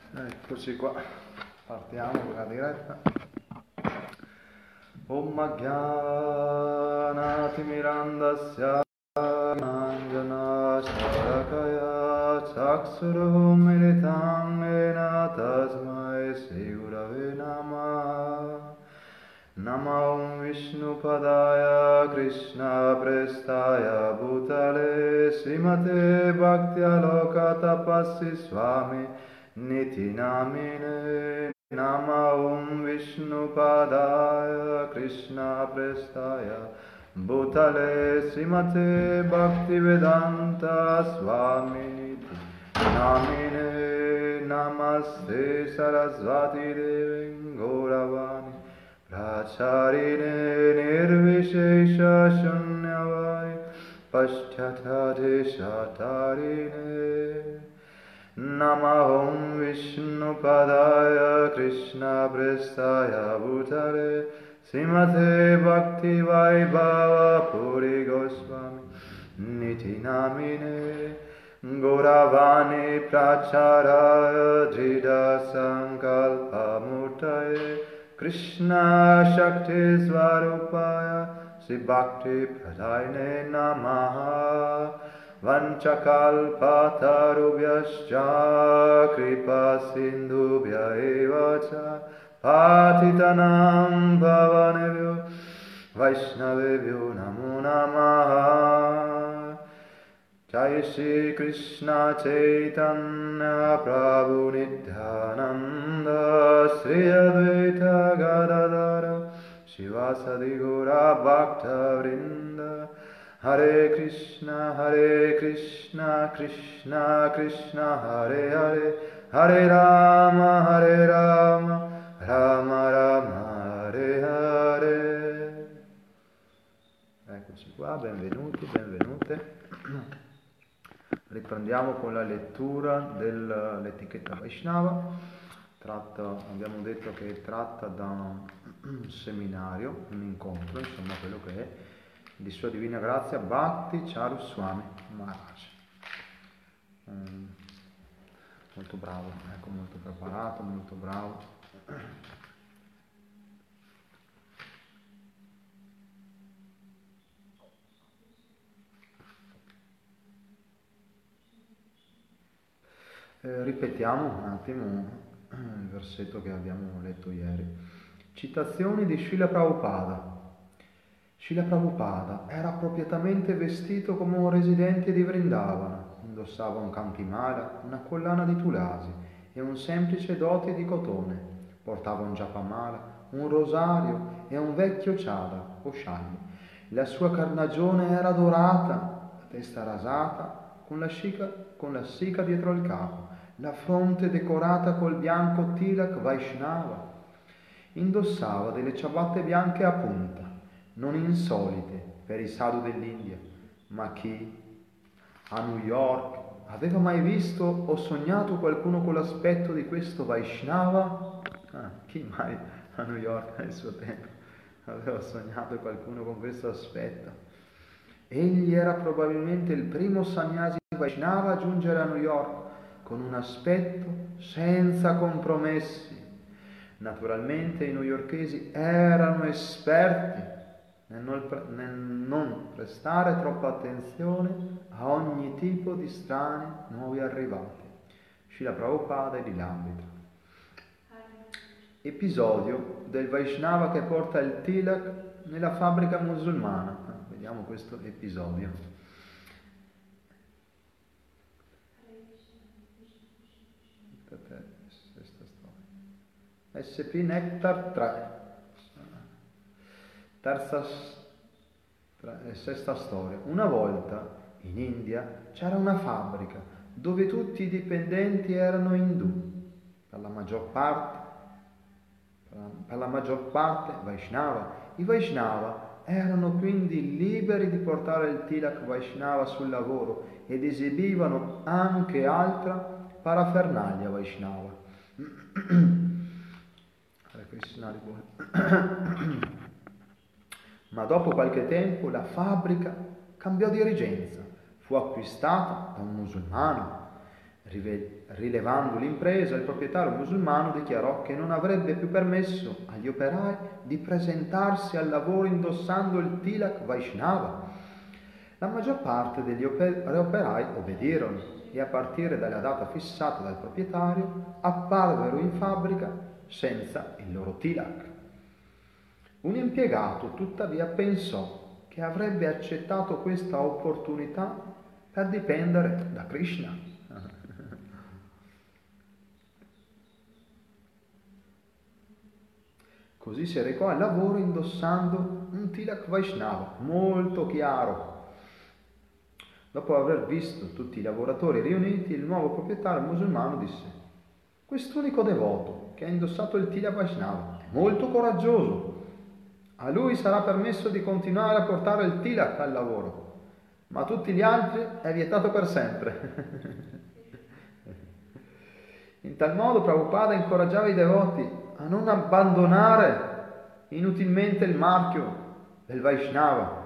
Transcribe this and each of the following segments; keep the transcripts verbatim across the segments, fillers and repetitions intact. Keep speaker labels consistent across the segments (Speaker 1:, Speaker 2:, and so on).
Speaker 1: Eccoci qua, partiamo con la diretta. Om Jnanati Mirandasya Anjana Sharakaya Chaksuruh Militam Yena Tasmai Sri Gurave Namah. Namo Vishnupadaya Krishna Prestaya Bhutale Srimate Bhaktialoka Tapassi Swami Niti Namine. Namo Vishnupadaya Krishna Prestaya Bhutale Srimate Bhaktivedanta Swami Niti Namine. Namaste Sarasvati Devi Gauravani Pracharine Nirvishesha Shunyavai Pashtadeshatarine. Namahom Vishnupadaya Krishna Prestaya Bhutale Srimate Bhakti Vaibhava Puri Goswami Niti Namine. Gauravani Pracharaya Drida Sankalpa Murtaye Krishna Shakti Svarupaya Sri Bhakti Pradayane Namaha. Vanchakalpatarubhyascha kripa sindhubhya eva cha patitanam pavanebhyo vaishnavebhyo namo namaha. Jai Shri Krishna Chaitanya Prabhu Nityananda Sri Advaita Gadadara Shivasadi Gaura Bhakta Vrinda. Hare Krishna, Hare Krishna, Krishna Krishna, Hare Hare, Hare Rama, Hare Rama, Rama Rama, Hare Hare. Eccoci qua, benvenuti, benvenute. Riprendiamo con la lettura dell'etichetta Vaishnava. Tratta, abbiamo detto che è tratta da un seminario, un incontro, insomma quello che è di Sua Divina Grazia Bhakti Charu Swami Maharaj. Mm, molto bravo, ecco, molto preparato, molto bravo. Eh, ripetiamo un attimo il versetto che abbiamo letto ieri. Citazioni di Srila Prabhupada. Srila Prabhupada era appropriatamente vestito come un residente di Vrindavana, indossava un kantimala, una collana di tulasi e un semplice dhoti di cotone, portava un japamala, un rosario e un vecchio chada o scialli. La sua carnagione era dorata, la testa rasata, con la, shica, con la sica dietro il capo, la fronte decorata col bianco tilak Vaishnava. Indossava delle ciabatte bianche a punta, non insolite per i sadhu dell'India, ma chi a New York aveva mai visto o sognato qualcuno con l'aspetto di questo Vaishnava? Ah, chi mai a New York nel suo tempo aveva sognato qualcuno con questo aspetto? Egli era probabilmente il primo sannyasi Vaishnava a giungere a New York con un aspetto senza compromessi. Naturalmente i newyorkesi erano esperti nel non prestare troppa attenzione a ogni tipo di strani nuovi arrivati. Srila Prabhupada e Lilamrita. Episodio del Vaishnava che porta il tilak nella fabbrica musulmana. Vediamo questo episodio. S P Nectar tre. Terza e sesta storia. Una volta in India c'era una fabbrica dove tutti i dipendenti erano indù, per la maggior parte, per la maggior parte Vaishnava. I Vaishnava erano quindi liberi di portare il tilak Vaishnava sul lavoro ed esibivano anche altra parafernalia Vaishnava. Ma dopo qualche tempo la fabbrica cambiò dirigenza, fu acquistata da un musulmano Rilevando l'impresa, il proprietario musulmano dichiarò che non avrebbe più permesso agli operai di presentarsi al lavoro indossando il tilak Vaishnava. La maggior parte degli operai obbedirono e a partire dalla data fissata dal proprietario apparvero in fabbrica senza il loro tilak. Un impiegato tuttavia pensò che avrebbe accettato questa opportunità per dipendere da Krishna. Così si recò al lavoro indossando un tilak Vaishnava molto chiaro. Dopo aver visto tutti i lavoratori riuniti, il nuovo proprietario musulmano disse: quest'unico devoto che ha indossato il tilak Vaishnava è molto coraggioso. A lui sarà permesso di continuare a portare il tilak al lavoro, ma a tutti gli altri è vietato per sempre. In tal modo Prabhupada incoraggiava i devoti a non abbandonare inutilmente il marchio del Vaishnava.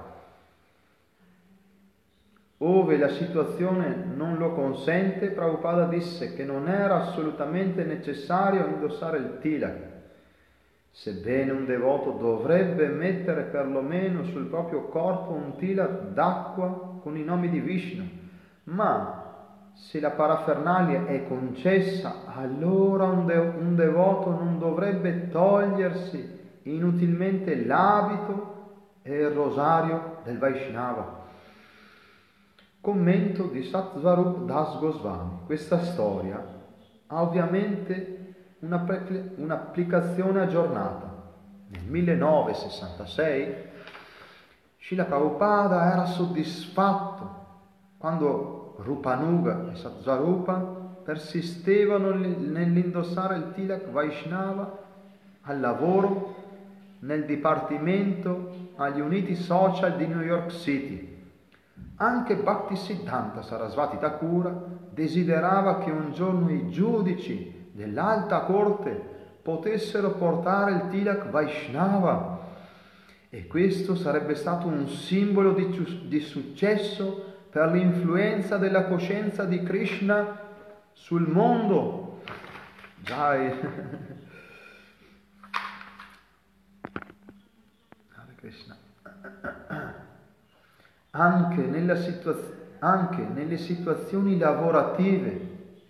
Speaker 1: Ove la situazione non lo consente, Prabhupada disse che non era assolutamente necessario indossare il tilak. Sebbene un devoto dovrebbe mettere perlomeno sul proprio corpo un tilak d'acqua con i nomi di Vishnu, ma se la parafernalia è concessa, allora un, de- un devoto non dovrebbe togliersi inutilmente l'abito e il rosario del Vaishnava. Commento di Satsvarup Das Goswami. Questa storia ha ovviamente una, un'applicazione aggiornata. Nel millenovecentosessantasei Srila Prabhupada era soddisfatto quando Rupanuga e Satsvarupa persistevano nell'indossare il tilak Vaishnava al lavoro nel dipartimento agli Uniti Social di New York City. Anche Bhaktisiddhanta Sarasvati Thakura desiderava che un giorno i giudici dell'alta corte potessero portare il tilak Vaishnava, e questo sarebbe stato un simbolo di, di successo per l'influenza della coscienza di Krishna sul mondo. Jai. Hare Krishna. Anche, nella situaz- anche nelle situazioni lavorative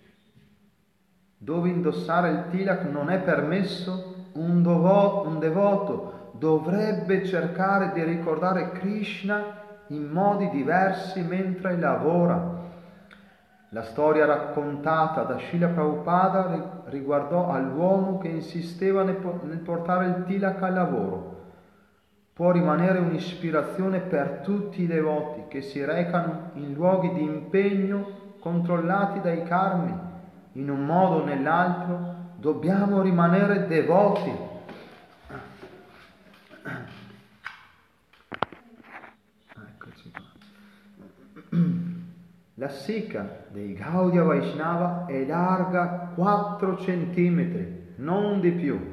Speaker 1: dove indossare il tilak non è permesso, un, dovo- un devoto dovrebbe cercare di ricordare Krishna in modi diversi mentre lavora. La storia raccontata da Srila Prabhupada riguardò all'uomo che insisteva nel portare il tilak al lavoro. Può rimanere un'ispirazione per tutti i devoti che si recano in luoghi di impegno controllati dai karmi. In un modo o nell'altro dobbiamo rimanere devoti. La sikha dei Gaudiya Vaishnava è larga quattro centimetri, non di più.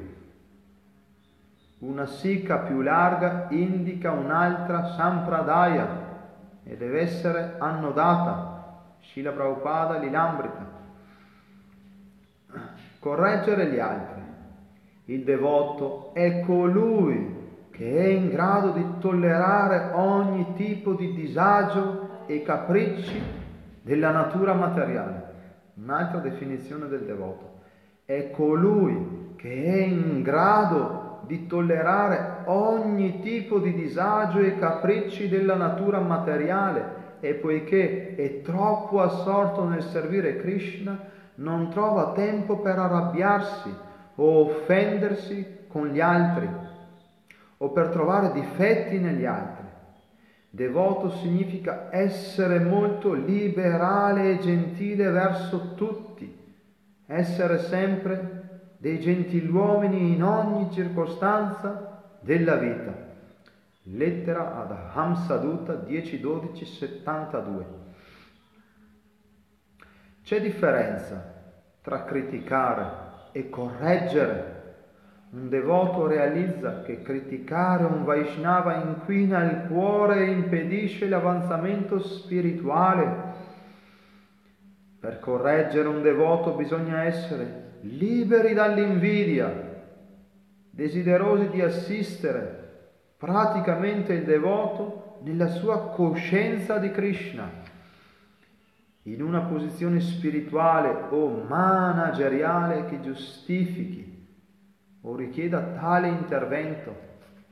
Speaker 1: Una sikha più larga indica un'altra sampradaya e deve essere annodata. Srila Prabhupada Lilamrita. Correggere gli altri. Il devoto è colui che è in grado di tollerare ogni tipo di disagio e capricci della natura materiale. Un'altra definizione del devoto: è colui che è in grado di tollerare ogni tipo di disagio e capricci della natura materiale, e poiché è troppo assorto nel servire Krishna, non trova tempo per arrabbiarsi o offendersi con gli altri o per trovare difetti negli altri. Devoto significa essere molto liberale e gentile verso tutti, essere sempre dei gentiluomini in ogni circostanza della vita. Lettera ad Hamsadutta dieci dodici settantadue. C'è differenza tra criticare e correggere. Un devoto realizza che criticare un Vaishnava inquina il cuore e impedisce l'avanzamento spirituale. Per correggere un devoto bisogna essere liberi dall'invidia, desiderosi di assistere praticamente il devoto nella sua coscienza di Krishna, in una posizione spirituale o manageriale che giustifichi o richieda tale intervento.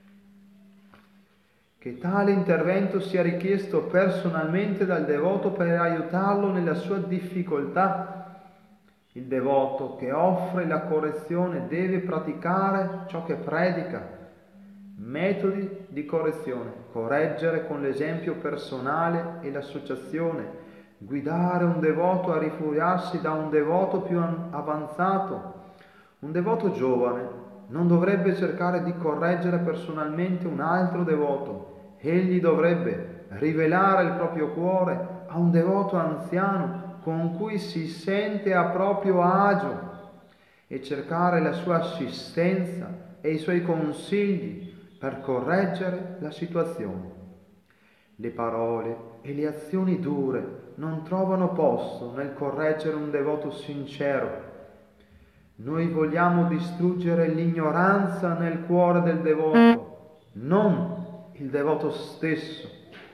Speaker 1: Che tale intervento sia richiesto personalmente dal devoto per aiutarlo nella sua difficoltà. Il devoto che offre la correzione deve praticare ciò che predica. Metodi di correzione: correggere con l'esempio personale e l'associazione, guidare un devoto a rifugiarsi da un devoto più avanzato. Un devoto giovane non dovrebbe cercare di correggere personalmente un altro devoto. Egli dovrebbe rivelare il proprio cuore a un devoto anziano con cui si sente a proprio agio e cercare la sua assistenza e i suoi consigli per correggere la situazione. Le parole e le azioni dure non trovano posto nel correggere un devoto sincero. Noi vogliamo distruggere l'ignoranza nel cuore del devoto, non il devoto stesso.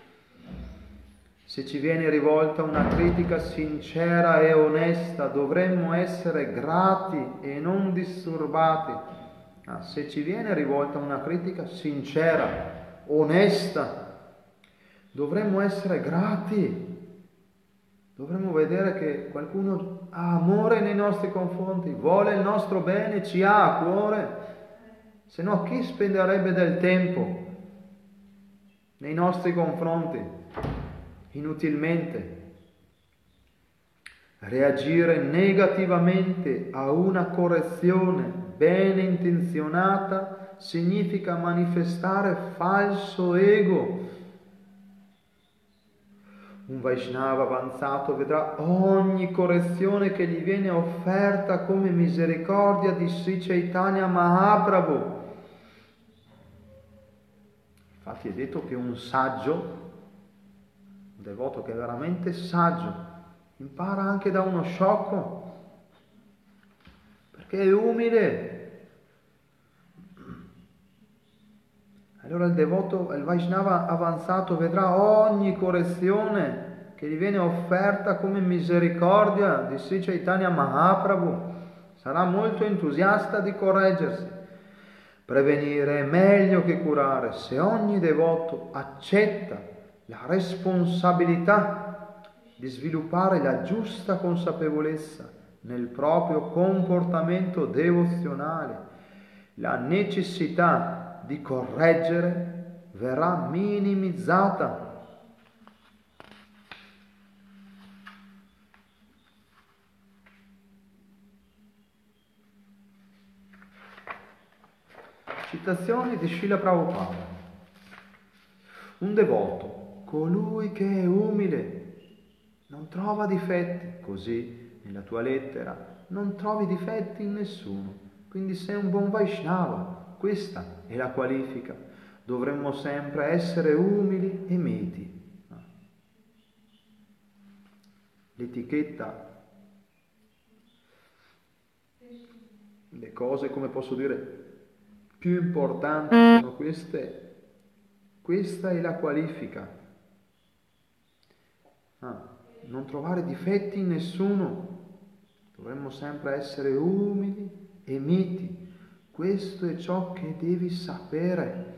Speaker 1: Se ci viene rivolta una critica sincera e onesta, dovremmo essere grati e non disturbati. Ah, se ci viene rivolta una critica sincera, onesta, dovremmo essere grati. Dovremmo vedere che qualcuno ha amore nei nostri confronti, vuole il nostro bene, ci ha a cuore. Se no, chi spenderebbe del tempo nei nostri confronti inutilmente? Reagire negativamente a una correzione bene intenzionata significa manifestare falso ego. Un Vaishnava avanzato vedrà ogni correzione che gli viene offerta come misericordia di Sri Chaitanya Mahaprabhu. Infatti è detto che un saggio, un devoto che è veramente saggio, impara anche da uno sciocco, perché è umile. Allora il devoto, il Vaishnava avanzato vedrà ogni correzione che gli viene offerta come misericordia di Sri Chaitanya Mahaprabhu. Sarà molto entusiasta di correggersi. Prevenire è meglio che curare. Se ogni devoto accetta la responsabilità di sviluppare la giusta consapevolezza nel proprio comportamento devozionale, la necessità di correggere verrà minimizzata. Citazioni di Srila Prabhupada. Un devoto, colui che è umile, non trova difetti, così nella tua lettera non trovi difetti in nessuno, quindi sei un buon Vaishnava. Questa è la qualifica. Dovremmo sempre essere umili e miti. L'etichetta, le cose, come posso dire, più importanti sono queste. Questa è la qualifica. Ah, non trovare difetti in nessuno. Dovremmo sempre essere umili e miti. Questo è ciò che devi sapere.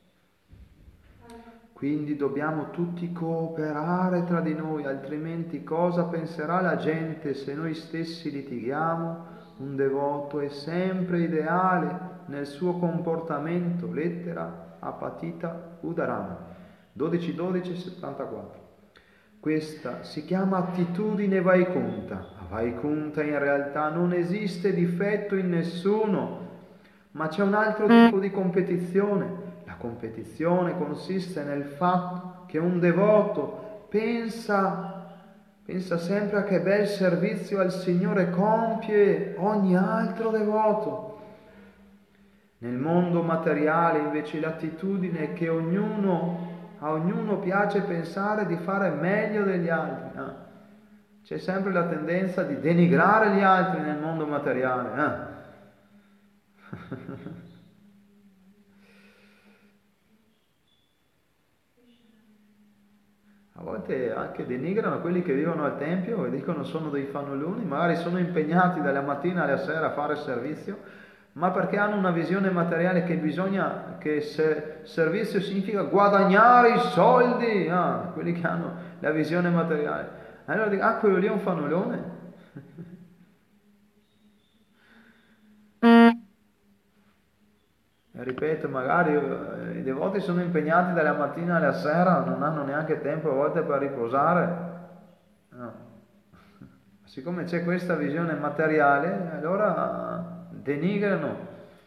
Speaker 1: Quindi dobbiamo tutti cooperare tra di noi, altrimenti cosa penserà la gente se noi stessi litighiamo? Un devoto è sempre ideale nel suo comportamento. Lettera Apatita Udaram dodici dodici settantaquattro. Questa si chiama attitudine Vaikunta. A Vaikunta in realtà non esiste difetto in nessuno, ma c'è un altro tipo di competizione. La competizione consiste nel fatto che un devoto pensa, pensa sempre a che bel servizio al Signore compie ogni altro devoto. Nel mondo materiale invece l'attitudine è che ognuno, a ognuno piace pensare di fare meglio degli altri. Ah, C'è sempre la tendenza di denigrare gli altri nel mondo materiale. Eh? A volte anche denigrano quelli che vivono al Tempio e dicono sono dei fannulloni, magari sono impegnati dalla mattina alla sera a fare servizio, ma perché hanno una visione materiale che bisogna, che se, servizio significa guadagnare i soldi, ah, quelli che hanno la visione materiale. Allora dico, ah, quello lì è un fannullone. E ripeto, magari eh, i devoti sono impegnati dalla mattina alla sera, non hanno neanche tempo a volte per riposare. No. Siccome c'è questa visione materiale, allora denigrano.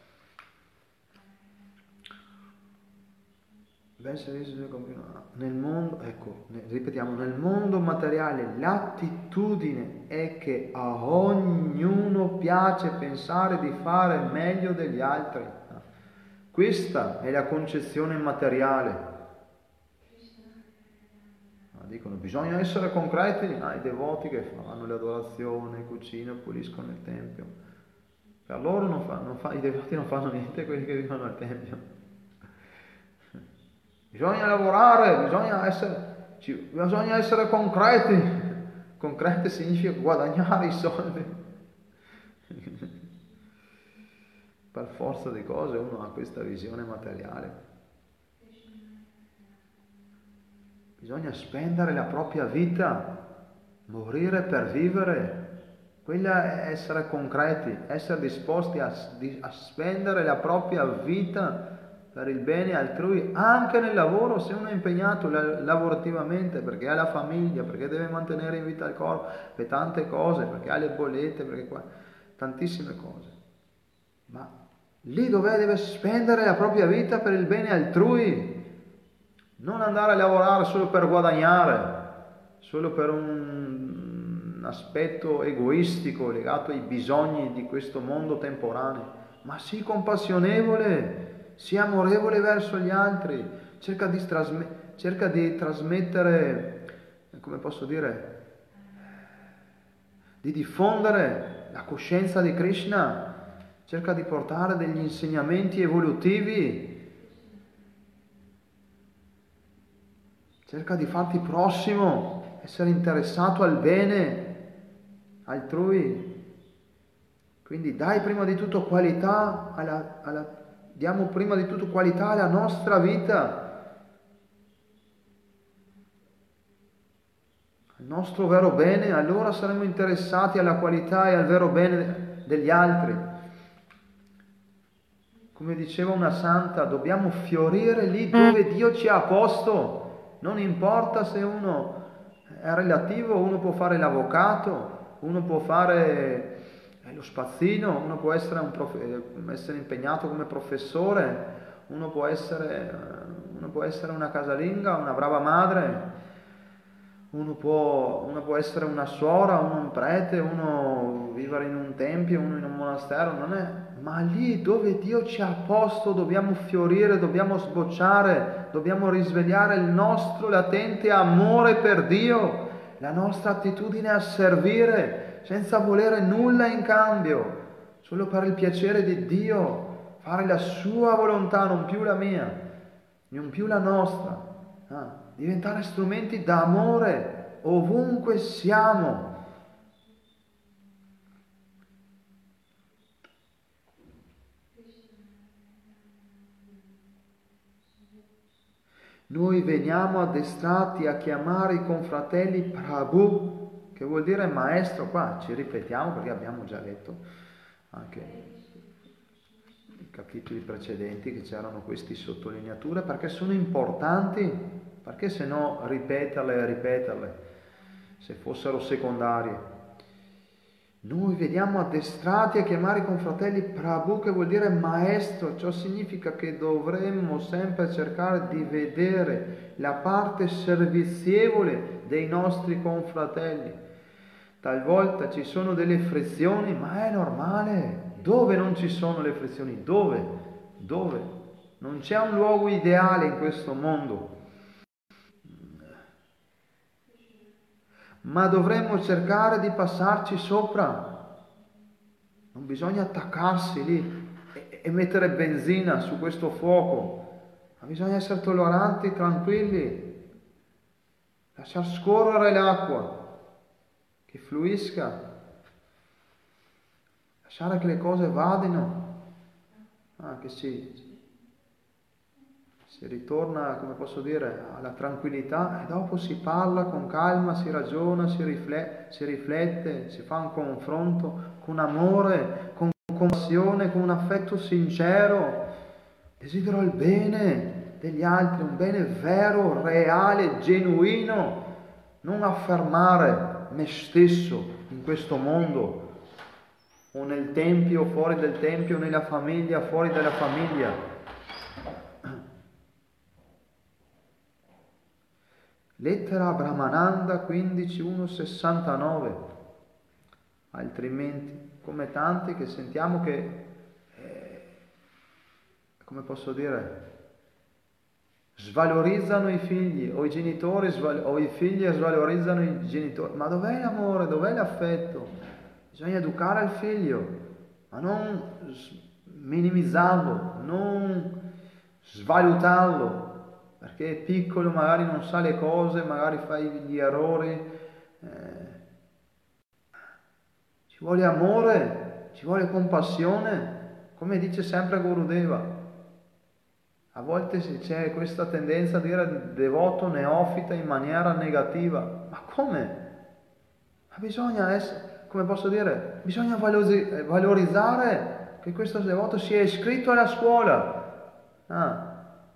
Speaker 1: Ben servizio nel mondo, ecco, ripetiamo, nel mondo materiale l'attitudine è che a ognuno piace pensare di fare meglio degli altri. Questa è la concezione materiale. Dicono bisogna essere concreti, ah, i devoti che fanno l'adorazione, cucinano, puliscono il tempio. Per loro non fa, non fa, i devoti non fanno niente, quelli che vivono al tempio. Bisogna lavorare, bisogna essere, ci, bisogna essere concreti. Concreti significa guadagnare i soldi. Per forza di cose uno ha questa visione materiale. Bisogna spendere la propria vita, morire per vivere. Quella è essere concreti, essere disposti a, a spendere la propria vita per il bene altrui, anche nel lavoro, se uno è impegnato lavorativamente, perché ha la famiglia, perché deve mantenere in vita il corpo, per tante cose, perché ha le bollette, perché qua, tantissime cose. Ma lì dove deve spendere la propria vita per il bene altrui, non andare a lavorare solo per guadagnare, solo per un aspetto egoistico legato ai bisogni di questo mondo temporaneo, ma sii compassionevole, sii amorevole verso gli altri, cerca di, trasme- cerca di trasmettere, come posso dire, di diffondere la coscienza di Krishna. Cerca di portare degli insegnamenti evolutivi. Cerca di farti prossimo, essere interessato al bene altrui. Quindi dai prima di tutto qualità alla, alla, diamo prima di tutto qualità alla nostra vita, al nostro vero bene, allora saremo interessati alla qualità e al vero bene degli altri. Come diceva una santa, dobbiamo fiorire lì dove Dio ci ha posto. Non importa se uno è relativo, uno può fare l'avvocato, uno può fare lo spazzino, uno può essere, un prof... essere impegnato come professore, uno può essere, uno può essere una casalinga, una brava madre, uno può, uno può essere una suora, uno un prete, uno vivere in un tempio, uno in un monastero, non è... Ma lì dove Dio ci ha posto dobbiamo fiorire, dobbiamo sbocciare, dobbiamo risvegliare il nostro latente amore per Dio, la nostra attitudine a servire senza volere nulla in cambio, solo per il piacere di Dio, fare la sua volontà, non più la mia, non più la nostra, ah, diventare strumenti d'amore ovunque siamo. Noi veniamo addestrati a chiamare i confratelli Prabhu, che vuol dire maestro. Qua ci ripetiamo perché abbiamo già letto anche nei capitoli precedenti che c'erano queste sottolineature, perché sono importanti, perché se no ripeterle e ripeterle, se fossero secondarie. Noi veniamo addestrati a chiamare i confratelli Prabhu, che vuol dire maestro. Ciò significa che dovremmo sempre cercare di vedere la parte servizievole dei nostri confratelli. Talvolta ci sono delle frizioni, ma è normale. Dove non ci sono le frizioni? Dove? Dove? Non c'è un luogo ideale in questo mondo. ma dovremmo cercare di passarci sopra. Non bisogna attaccarsi lì e, e mettere benzina su questo fuoco, ma bisogna essere tolleranti, tranquilli, lasciar scorrere l'acqua, che fluisca, lasciare che le cose vadino, ah, che si, si ritorna, come posso dire, alla tranquillità e dopo si parla con calma, si ragiona, si riflette, si, riflette, si fa un confronto con amore, con compassione, con un affetto sincero. Desidero il bene degli altri, un bene vero, reale, genuino, non affermare me stesso in questo mondo, o nel tempio, fuori del tempio, nella famiglia, fuori dalla famiglia. Lettera a Brahmananda quindici uno sessantanove. Altrimenti, come tanti che sentiamo che, eh, come posso dire, svalorizzano i figli, o i genitori, sval- o i figli svalorizzano i genitori. Ma dov'è l'amore? Dov'è l'affetto? Bisogna educare il figlio, ma non minimizzarlo, non svalutarlo, perché è piccolo, magari non sa le cose, magari fa gli errori. Eh, ci vuole amore, ci vuole compassione, come dice sempre Gurudeva. A volte c'è questa tendenza a dire devoto neofita in maniera negativa. Ma come? Ma bisogna essere, come posso dire, bisogna valorizzare che questo devoto sia iscritto alla scuola. Ah.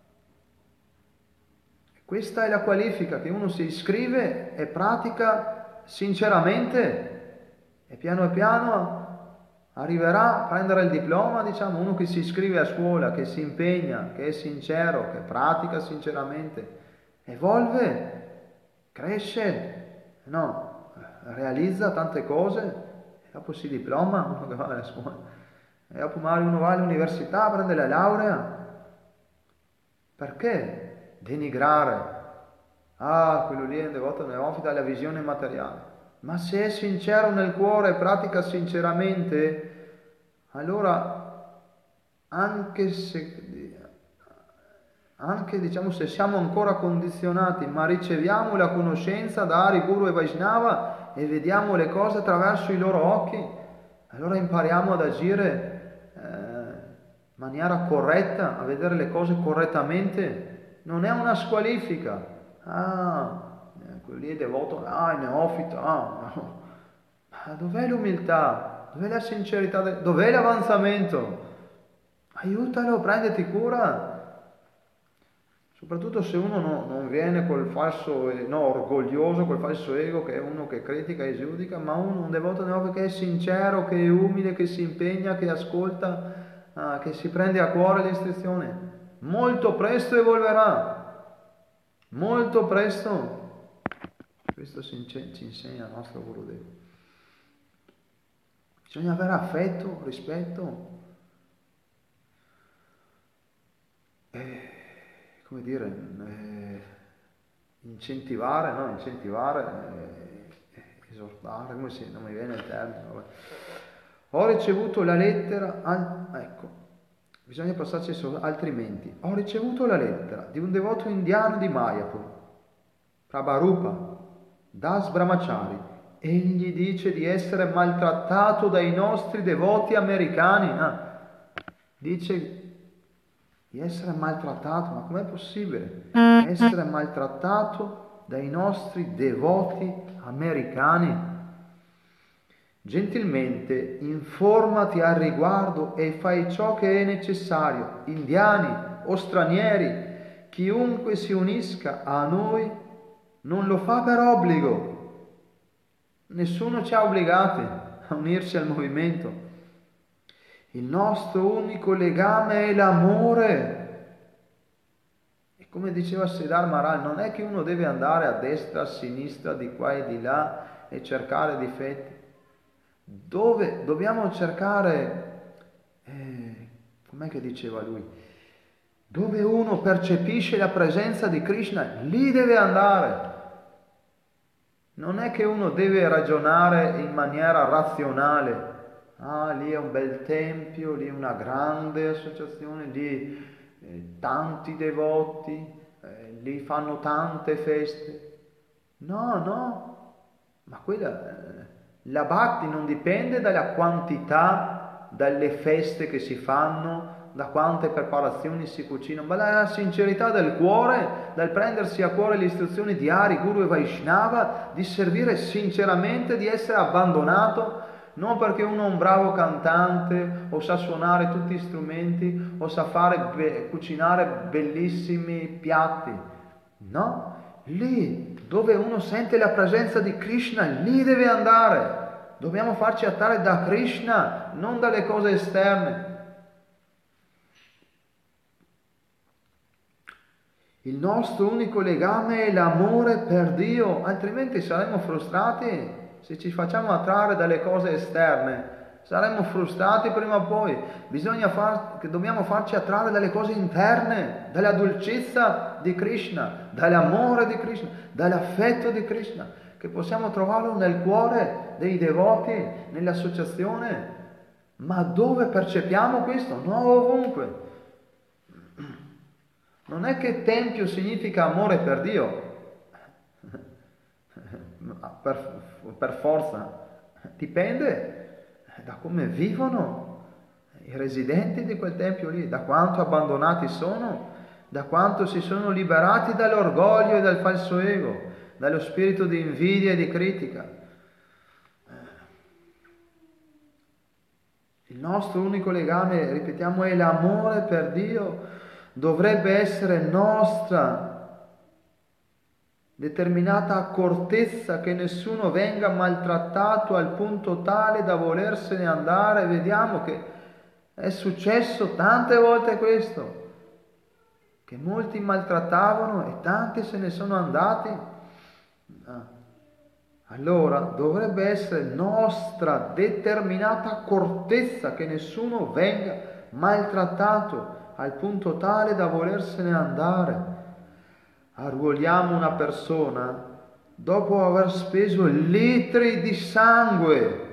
Speaker 1: Questa è la qualifica, che uno si iscrive e pratica sinceramente e piano piano arriverà a prendere il diploma, diciamo, uno che si iscrive a scuola, che si impegna, che è sincero, che pratica sinceramente, evolve, cresce, no, realizza tante cose, e dopo si diploma, uno che va alla scuola, e dopo magari uno va all'università, prende la laurea. Perché denigrare? Ah, quello lì è un devoto neofita alla visione materiale. Ma se è sincero nel cuore e pratica sinceramente, allora anche se, anche diciamo se siamo ancora condizionati, ma riceviamo la conoscenza da Hari, Guru e Vaishnava e vediamo le cose attraverso i loro occhi, allora impariamo ad agire eh, in maniera corretta, a vedere le cose correttamente. Non è una squalifica. Ah, quello lì è devoto, ah, è neofita, ah, no. Ma dov'è l'umiltà? Dov'è la sincerità? Dov'è l'avanzamento? Aiutalo, prenditi cura. Soprattutto se uno no, non viene col falso, no, orgoglioso, col falso ego, che è uno che critica e giudica, ma uno, un devoto neofita che è sincero, che è umile, che si impegna, che ascolta, ah, che si prende a cuore l'istruzione. Molto presto evolverà. Molto presto. Questo ci insegna il nostro Gurudeva. Bisogna avere affetto, rispetto, e, come dire, eh, incentivare, no? Incentivare, eh, esortare, come si, non mi viene il termine. Vabbè. Ho ricevuto la lettera, ah, ecco, bisogna passarci sopra, altrimenti. Ho ricevuto la lettera di un devoto indiano di Mayapur, Prabharupa Das Brahmachari. Egli dice di essere maltrattato dai nostri devoti americani. Ah, dice di essere maltrattato, ma com'è possibile essere maltrattato dai nostri devoti americani? Gentilmente informati al riguardo e fai ciò che è necessario. Indiani o stranieri, chiunque si unisca a noi non lo fa per obbligo. Nessuno ci ha obbligati a unirci al movimento. Il nostro unico legame è l'amore. E come diceva Siddhar Maharaj, non è che uno deve andare a destra, a sinistra, di qua e di là e cercare difetti. Dove dobbiamo cercare, eh, com'è che diceva lui? Dove uno percepisce la presenza di Krishna, lì deve andare. Non è che uno deve ragionare in maniera razionale. Ah, lì è un bel tempio, lì è una grande associazione, lì eh, tanti devoti, eh, lì fanno tante feste. No, no, ma quella, eh, la bhakti non dipende dalla quantità, dalle feste che si fanno, da quante preparazioni si cucinano, ma dalla sincerità del cuore, dal prendersi a cuore le istruzioni di Hari, Guru e Vaishnava, di servire sinceramente, di essere abbandonato, non perché uno è un bravo cantante o sa suonare tutti gli strumenti o sa fare be- cucinare bellissimi piatti. No, lì dove uno sente la presenza di Krishna, lì deve andare. Dobbiamo farci attrarre da Krishna, non dalle cose esterne. Il nostro unico legame è l'amore per Dio, altrimenti saremo frustrati se ci facciamo attrarre dalle cose esterne. Saremo frustrati prima o poi. Bisogna far, che dobbiamo farci attrarre dalle cose interne, dalla dolcezza di Krishna, dall'amore di Krishna, dall'affetto di Krishna, che possiamo trovarlo nel cuore dei devoti, nell'associazione. Ma dove percepiamo questo? No, ovunque. Non è che tempio significa amore per Dio, per, per forza, dipende da come vivono i residenti di quel tempio lì, da quanto abbandonati sono, da quanto si sono liberati dall'orgoglio e dal falso ego, dallo spirito di invidia e di critica. Il nostro unico legame, ripetiamo, è l'amore per Dio. Dovrebbe essere nostra determinata accortezza che nessuno venga maltrattato al punto tale da volersene andare. Vediamo che è successo tante volte questo, che molti maltrattavano e tanti se ne sono andati. Allora dovrebbe essere nostra determinata accortezza che nessuno venga maltrattato al punto tale da volersene andare. Arruoliamo una persona dopo aver speso litri di sangue.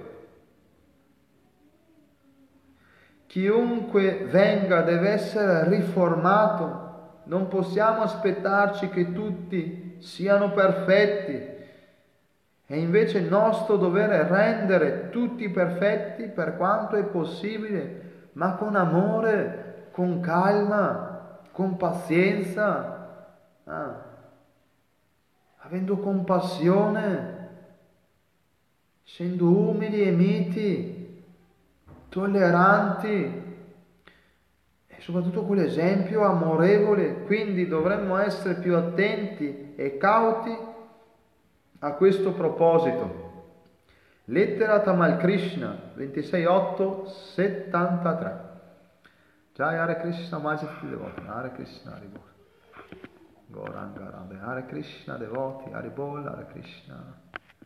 Speaker 1: Chiunque venga deve essere riformato. Non possiamo aspettarci che tutti siano perfetti. È invece nostro dovere rendere tutti perfetti per quanto è possibile, ma con amore, con calma, con pazienza, ah, avendo compassione, essendo umili e miti, tolleranti e soprattutto quell'esempio amorevole. Quindi dovremmo essere più attenti e cauti a questo proposito. Lettera Tamal Krishna ventisei otto settantatré. Jai Hare Krishna, Majesti devoti, Hare Krishna, Haribol. Gauranga Radhe, Hare Krishna, devoti, Haribol, Hare Krishna.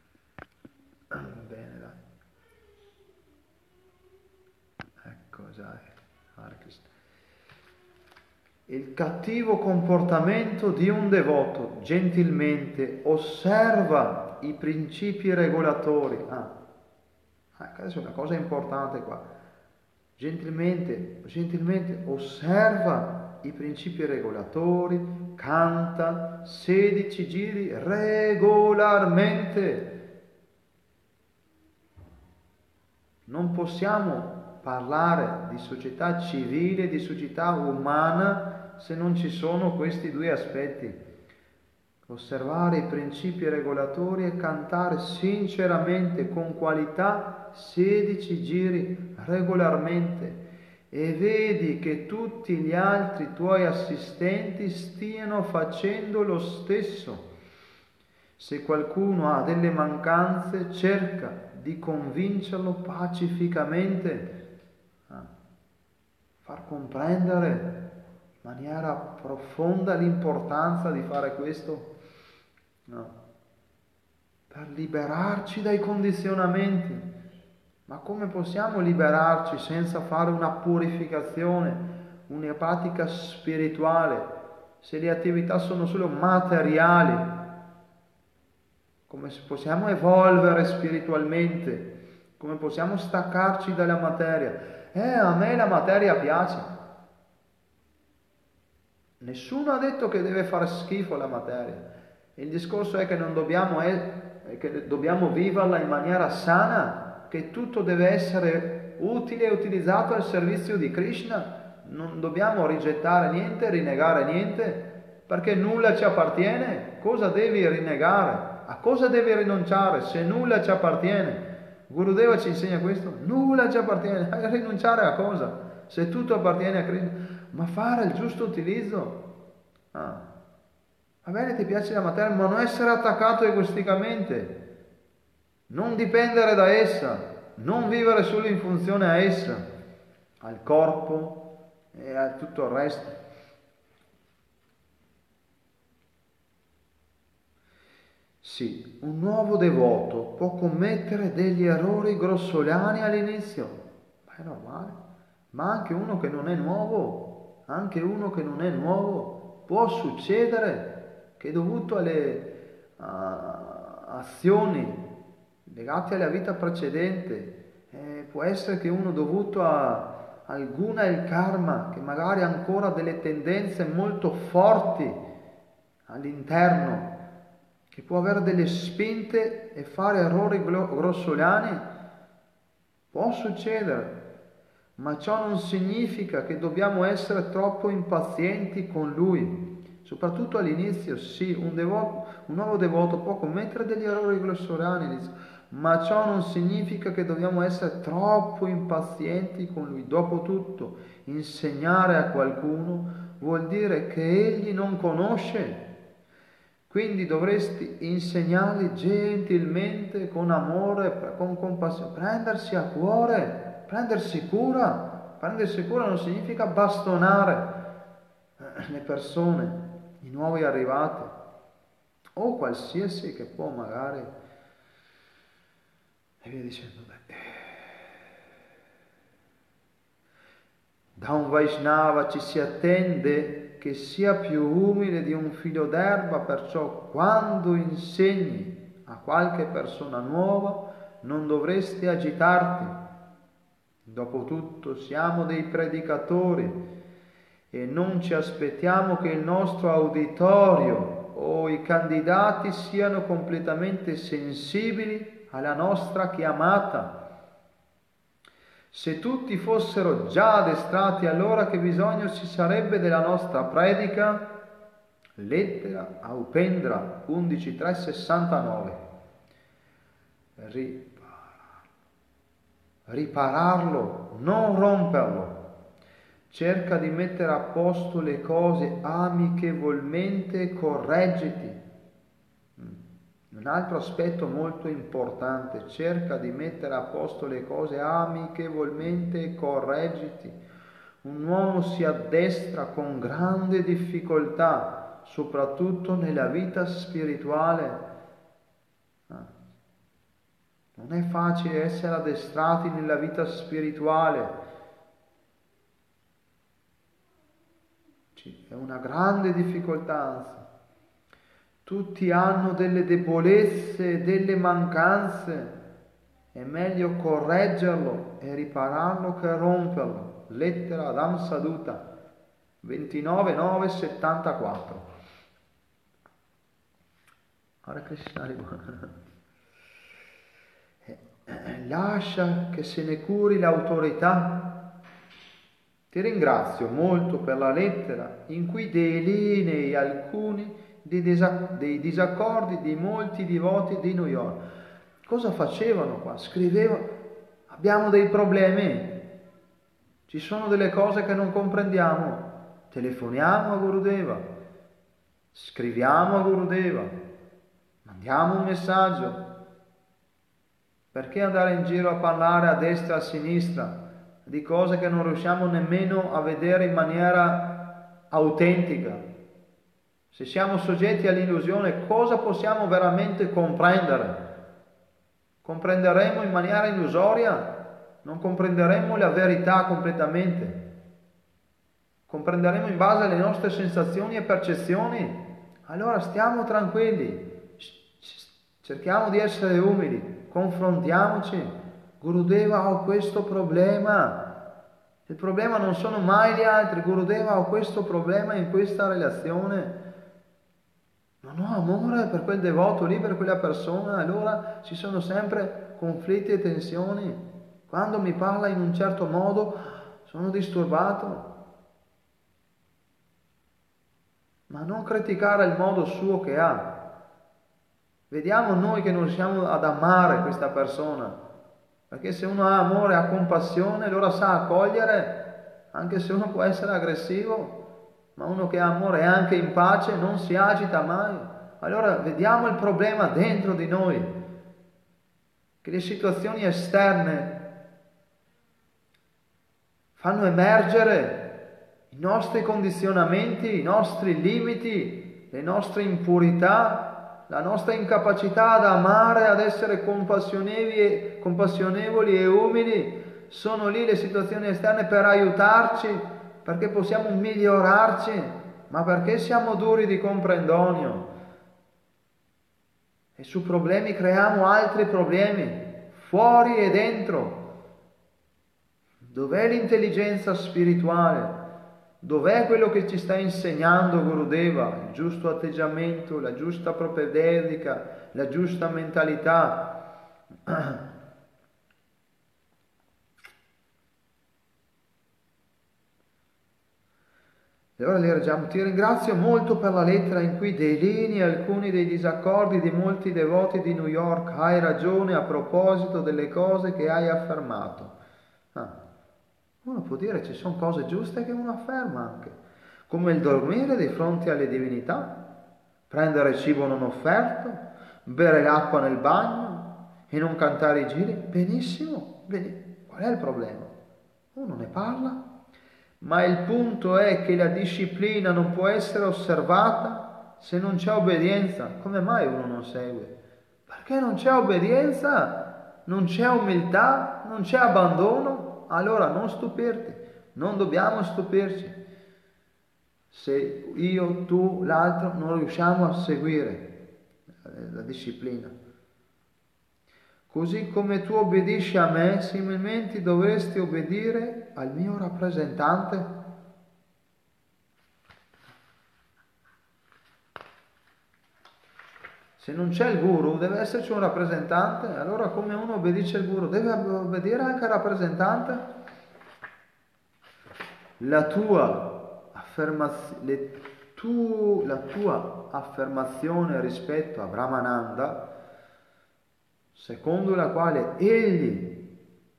Speaker 1: Bene, dai. Ecco, Jai Hare Krishna. Il cattivo comportamento di un devoto gentilmente osserva i principi regolatori. Ah, adesso è una cosa importante qua. Gentilmente, gentilmente osserva i principi regolatori, canta sedici giri regolarmente. Non possiamo parlare di società civile, di società umana, se non ci sono questi due aspetti. Osservare i principi regolatori e cantare sinceramente, con qualità, sedici giri regolarmente, e vedi che tutti gli altri tuoi assistenti stiano facendo lo stesso. Se qualcuno ha delle mancanze, cerca di convincerlo pacificamente, a far comprendere in maniera profonda l'importanza di fare questo. No. Per liberarci dai condizionamenti. Ma come possiamo liberarci senza fare una purificazione, una pratica spirituale, se le attività sono solo materiali? come possiamo evolvere spiritualmente, come possiamo staccarci dalla materia. Eh, a me la materia piace. Nessuno ha detto che deve fare schifo la materia. Il discorso è che non dobbiamo, è, che dobbiamo viverla in maniera sana, che tutto deve essere utile e utilizzato al servizio di Krishna. Non dobbiamo rigettare niente, rinnegare niente, perché nulla ci appartiene. Cosa devi rinnegare? A cosa devi rinunciare se nulla ci appartiene? Gurudeva ci insegna questo. Nulla ci appartiene. A rinunciare a cosa? Se tutto appartiene a Krishna. Ma fare il giusto utilizzo. Ah. Va bene, ti piace la materia, ma non essere attaccato egoisticamente. Non dipendere da essa. Non vivere solo in funzione a essa. Al corpo e a tutto il resto. Sì, un nuovo devoto può commettere degli errori grossolani all'inizio, ma è normale. Ma anche uno che non è nuovo, anche uno che non è nuovo, può succedere che dovuto alle uh, azioni legate alla vita precedente, eh, può essere che uno dovuto a al guna e il karma, che magari ha ancora delle tendenze molto forti all'interno, che può avere delle spinte e fare errori grossolani, può succedere, ma ciò non significa che dobbiamo essere troppo impazienti con lui, soprattutto all'inizio. Sì, un, devoto, un nuovo devoto può commettere degli errori grossolani, ma ciò non significa che dobbiamo essere troppo impazienti con lui. Dopotutto, insegnare a qualcuno vuol dire che egli non conosce. Quindi dovresti insegnargli gentilmente, con amore, con compassione, prendersi a cuore, prendersi cura. Prendersi cura non significa bastonare le persone, i nuovi arrivati, o qualsiasi che può magari, e via dicendo. Beh. Da un Vaishnava ci si attende che sia più umile di un filo d'erba, perciò quando insegni a qualche persona nuova non dovresti agitarti. Dopotutto siamo dei predicatori e non ci aspettiamo che il nostro uditorio o i candidati siano completamente sensibili alla nostra chiamata. Se tutti fossero già addestrati, allora che bisogno ci sarebbe della nostra predica? Lettera a Upendra undici tre sessantanove. Ripararlo, ripararlo, non romperlo. Cerca di mettere a posto le cose amichevolmente e correggiti. Un altro aspetto molto importante, cerca di mettere a posto le cose amichevolmente e correggiti. Un uomo si addestra con grande difficoltà, soprattutto nella vita spirituale. Non è facile essere addestrati nella vita spirituale. È una grande difficoltà, anzi. Tutti hanno delle debolezze e delle mancanze. È meglio correggerlo e ripararlo che romperlo. Lettera ad Amsaduta ventinove nove settantaquattro. Hare Krishna. Lascia che se ne curi l'autorità. Ti ringrazio molto per la lettera in cui delinei alcuni dei, disa- dei disaccordi di molti divoti di New York. Cosa facevano qua? Scrivevano: abbiamo dei problemi, ci sono delle cose che non comprendiamo, telefoniamo a Gurudeva, scriviamo a Gurudeva, mandiamo un messaggio. Perché andare in giro a parlare a destra e a sinistra di cose che non riusciamo nemmeno a vedere in maniera autentica? Se siamo soggetti all'illusione, cosa possiamo veramente comprendere? Comprenderemo in maniera illusoria? Non comprenderemo la verità completamente. Comprenderemo in base alle nostre sensazioni e percezioni? Allora stiamo tranquilli. Cerchiamo di essere umili, confrontiamoci. Gurudeva, ho questo problema. Il problema non sono mai gli altri. Gurudeva, ho questo problema in questa relazione. Non ho amore per quel devoto lì, per quella persona. Allora ci sono sempre conflitti e tensioni. Quando mi parla in un certo modo sono disturbato. Ma non criticare il modo suo che ha. Vediamo noi che non riusciamo ad amare questa persona. Perché se uno ha amore, ha compassione, allora sa accogliere, anche se uno può essere aggressivo, ma uno che ha amore è anche in pace, non si agita mai. Allora vediamo il problema dentro di noi, che le situazioni esterne fanno emergere i nostri condizionamenti, i nostri limiti, le nostre impurità, la nostra incapacità ad amare, ad essere compassionevoli, compassionevoli e umili. Sono lì le situazioni esterne per aiutarci, perché possiamo migliorarci, ma perché siamo duri di comprendonio. E su problemi creiamo altri problemi, fuori e dentro. Dov'è l'intelligenza spirituale? Dov'è quello che ci sta insegnando Gurudeva? Il giusto atteggiamento, la giusta propedeutica, la giusta mentalità. E ora leggiamo: ti ringrazio molto per la lettera in cui delinei alcuni dei disaccordi di molti devoti di New York. Hai ragione a proposito delle cose che hai affermato. Ah. Uno può dire ci sono cose giuste che uno afferma anche, come il dormire di fronte alle divinità, prendere cibo non offerto, bere l'acqua nel bagno e non cantare i giri. Benissimo, benissimo. Qual è il problema? Uno ne parla, ma il punto è che la disciplina non può essere osservata se non c'è obbedienza. Come mai uno non segue? Perché non c'è obbedienza, non c'è umiltà, non c'è abbandono. Allora non stupirti, non dobbiamo stupirci se io, tu, l'altro non riusciamo a seguire la disciplina. Così come tu obbedisci a me, similmente dovresti obbedire al mio rappresentante. Se non c'è il guru, deve esserci un rappresentante. Allora come uno obbedisce al guru? Deve obbedire anche al rappresentante. La tua affermazione, tu, la tua affermazione rispetto a Brahmananda, secondo la quale egli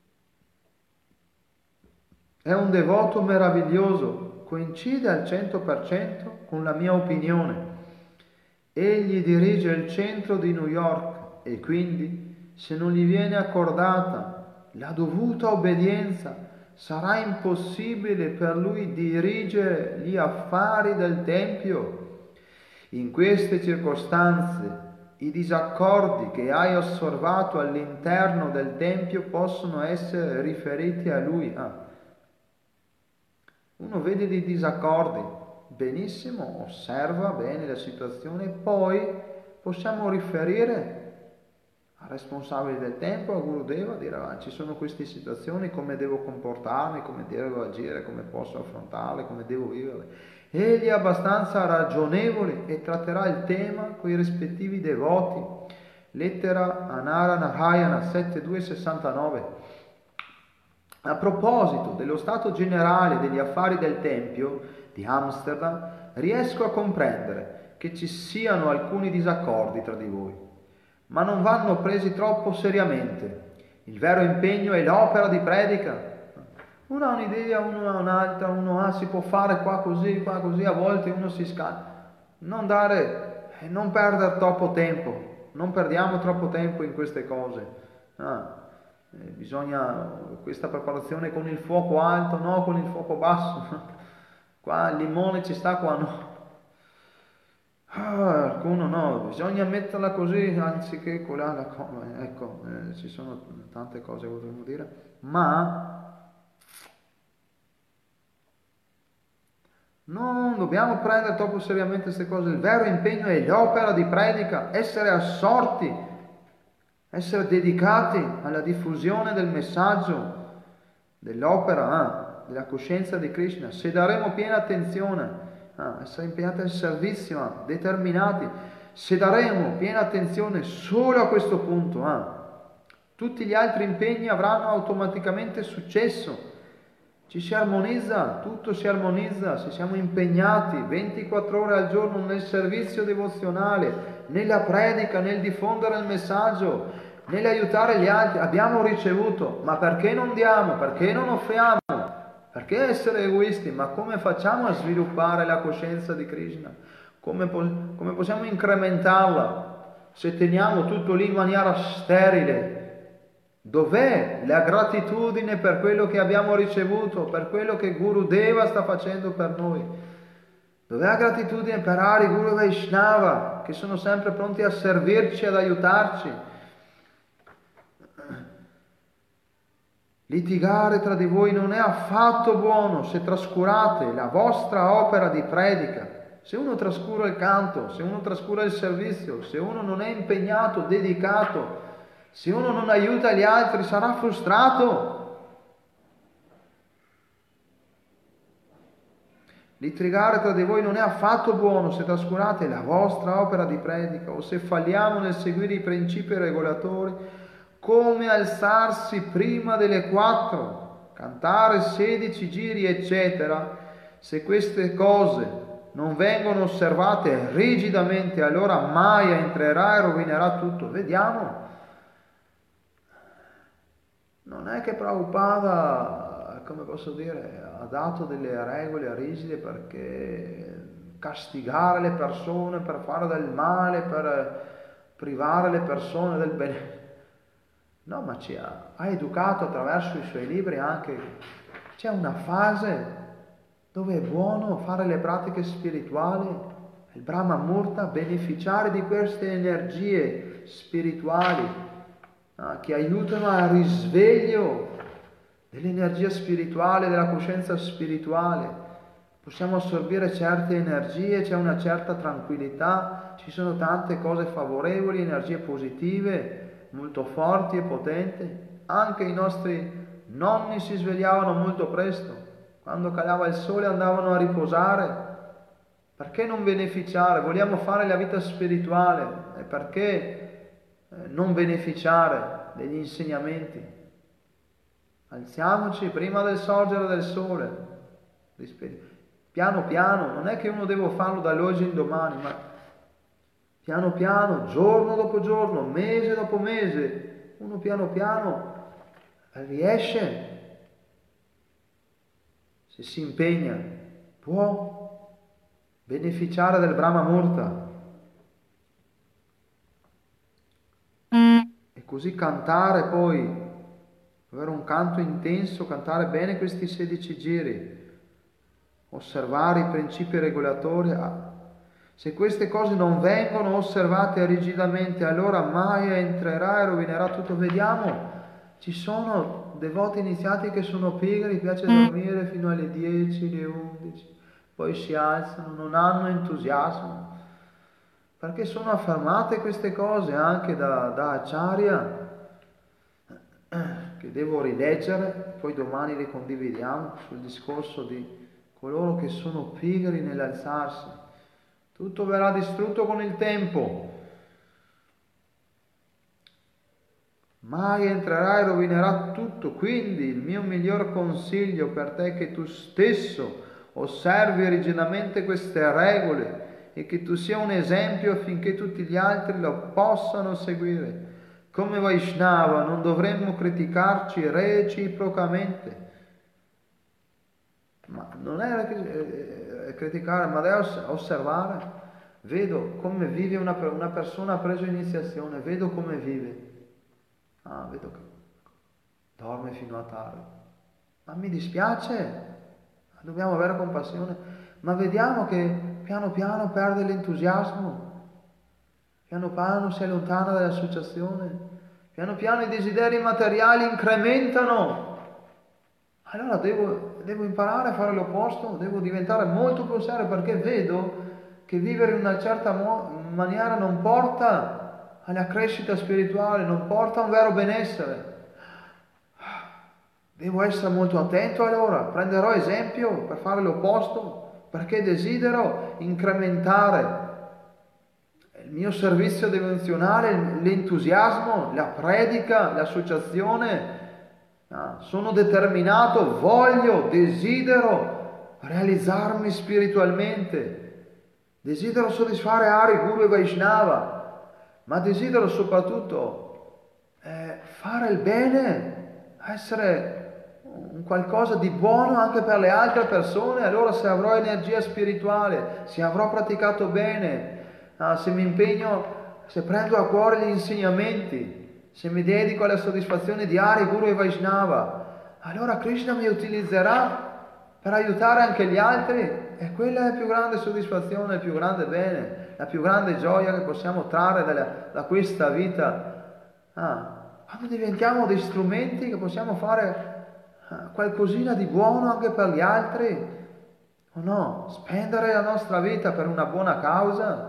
Speaker 1: è un devoto meraviglioso, coincide al cento per cento con la mia opinione. Egli dirige il centro di New York e quindi, se non gli viene accordata la dovuta obbedienza, sarà impossibile per lui dirigere gli affari del Tempio. In queste circostanze, i disaccordi che hai osservato all'interno del Tempio possono essere riferiti a lui. Ah. Uno vede dei disaccordi. Benissimo, osserva bene la situazione, poi possiamo riferire al responsabile del tempio, a Gurudeva, dire ah, ci sono queste situazioni, come devo comportarmi, come devo agire, come posso affrontarle, come devo viverle. Egli è abbastanza ragionevole e tratterà il tema con i rispettivi devoti. Lettera a Naranahayana sette due sessantanove. A proposito dello stato generale degli affari del Tempio di Amsterdam, riesco a comprendere che ci siano alcuni disaccordi tra di voi, ma non vanno presi troppo seriamente. Il vero impegno è l'opera di predica. Uno ha un'idea, uno ha un'altra, uno ha si può fare qua così, qua così, a volte uno si scala. Non dare, non perdere troppo tempo, non perdiamo troppo tempo in queste cose. Ah. Eh, bisogna questa preparazione con il fuoco alto, no con il fuoco basso. Qua il limone ci sta, qua no. Ah, alcuno no, bisogna metterla così anziché quella. La ecco, eh, ci sono tante cose che potremmo dire, ma non dobbiamo prendere troppo seriamente queste cose. Il vero impegno è l'opera di predica, essere assorti essere dedicati alla diffusione del messaggio, dell'opera, eh, della coscienza di Krishna. Se daremo piena attenzione, eh, essere impegnati al servizio, eh, determinati, se daremo piena attenzione solo a questo punto, eh, tutti gli altri impegni avranno automaticamente successo. Ci si armonizza, tutto si armonizza se siamo impegnati ventiquattro ore al giorno nel servizio devozionale, nella predica, nel diffondere il messaggio, nell'aiutare gli altri. Abbiamo ricevuto, ma perché non diamo? Perché non offriamo? Perché essere egoisti? Ma come facciamo a sviluppare la coscienza di Krishna? Come, po- come possiamo incrementarla se teniamo tutto lì in maniera sterile? Dov'è la gratitudine per quello che abbiamo ricevuto, per quello che Guru Deva sta facendo per noi? Dov'è la gratitudine per Hari, Guru Vaishnava, che sono sempre pronti a servirci, ad aiutarci? Litigare tra di voi non è affatto buono se trascurate la vostra opera di predica. Se uno trascura il canto, se uno trascura il servizio, se uno non è impegnato, dedicato, se uno non aiuta gli altri, sarà frustrato. Litigare tra di voi non è affatto buono se trascurate la vostra opera di predica o se falliamo nel seguire i principi regolatori, come alzarsi prima delle quattro, cantare sedici giri, eccetera. Se queste cose non vengono osservate rigidamente, allora Maya entrerà e rovinerà tutto. Vediamo. Non è che Prabhupada, come posso dire, ha dato delle regole rigide perché castigare le persone, per fare del male, per privare le persone del bene. No, ma ci ha, ha educato attraverso i suoi libri anche. C'è una fase dove è buono fare le pratiche spirituali, il Brahma Murta, beneficiare di queste energie spirituali che aiutano al risveglio dell'energia spirituale, della coscienza spirituale. Possiamo assorbire certe energie, c'è una certa tranquillità, ci sono tante cose favorevoli, energie positive, molto forti e potenti. Anche i nostri nonni si svegliavano molto presto, quando calava il sole andavano a riposare. Perché non beneficiare? Vogliamo fare la vita spirituale, e perché non beneficiare degli insegnamenti? Alziamoci prima del sorgere del sole, piano piano, non è che uno deve farlo dall'oggi in domani, ma piano piano, giorno dopo giorno, mese dopo mese, uno piano piano riesce, se si impegna, può beneficiare del Brahma Murta. E così cantare poi, avere un canto intenso, cantare bene questi sedici giri, osservare i principi regolatori. Se queste cose non vengono osservate rigidamente, allora Maya entrerà e rovinerà tutto. Vediamo, ci sono devoti iniziati che sono pigri, piace dormire fino alle dieci, alle undici, poi si alzano, non hanno entusiasmo. Perché sono affermate queste cose anche da, da Acharya, che devo rileggere, poi domani le condividiamo, sul discorso di coloro che sono pigri nell'alzarsi. Tutto verrà distrutto con il tempo. Mai entrerà e rovinerà tutto. Quindi il mio miglior consiglio per te è che tu stesso osservi rigidamente queste regole e che tu sia un esempio affinché tutti gli altri lo possano seguire. Come Vaishnava non dovremmo criticarci reciprocamente. Ma non è criticare, ma è osservare. Vedo come vive una, una persona, ha preso iniziazione, vedo come vive. Ah, vedo che dorme fino a tardi. Ma mi dispiace, dobbiamo avere compassione. Ma vediamo che piano piano perde l'entusiasmo, piano piano si allontana dall'associazione, piano piano i desideri materiali incrementano. Allora devo, devo imparare a fare l'opposto, devo diventare molto più serio, perché vedo che vivere in una certa mo- maniera non porta alla crescita spirituale, non porta a un vero benessere. Devo essere molto attento allora, prenderò esempio per fare l'opposto, perché desidero incrementare il mio servizio devozionale, l'entusiasmo, la predica, l'associazione. Ah, sono determinato, voglio, desidero realizzarmi spiritualmente, desidero soddisfare Hari, Guru e Vaishnava, ma desidero soprattutto eh, fare il bene, essere un qualcosa di buono anche per le altre persone. Allora se avrò energia spirituale, se avrò praticato bene, ah, se mi impegno, se prendo a cuore gli insegnamenti, se mi dedico alla soddisfazione di Hari, Guru e Vaishnava, allora Krishna mi utilizzerà per aiutare anche gli altri, e quella è la più grande soddisfazione, il più grande bene, la più grande gioia che possiamo trarre da, da questa vita. Ah, quando diventiamo dei strumenti che possiamo fare qualcosina di buono anche per gli altri, o no? Spendere la nostra vita per una buona causa.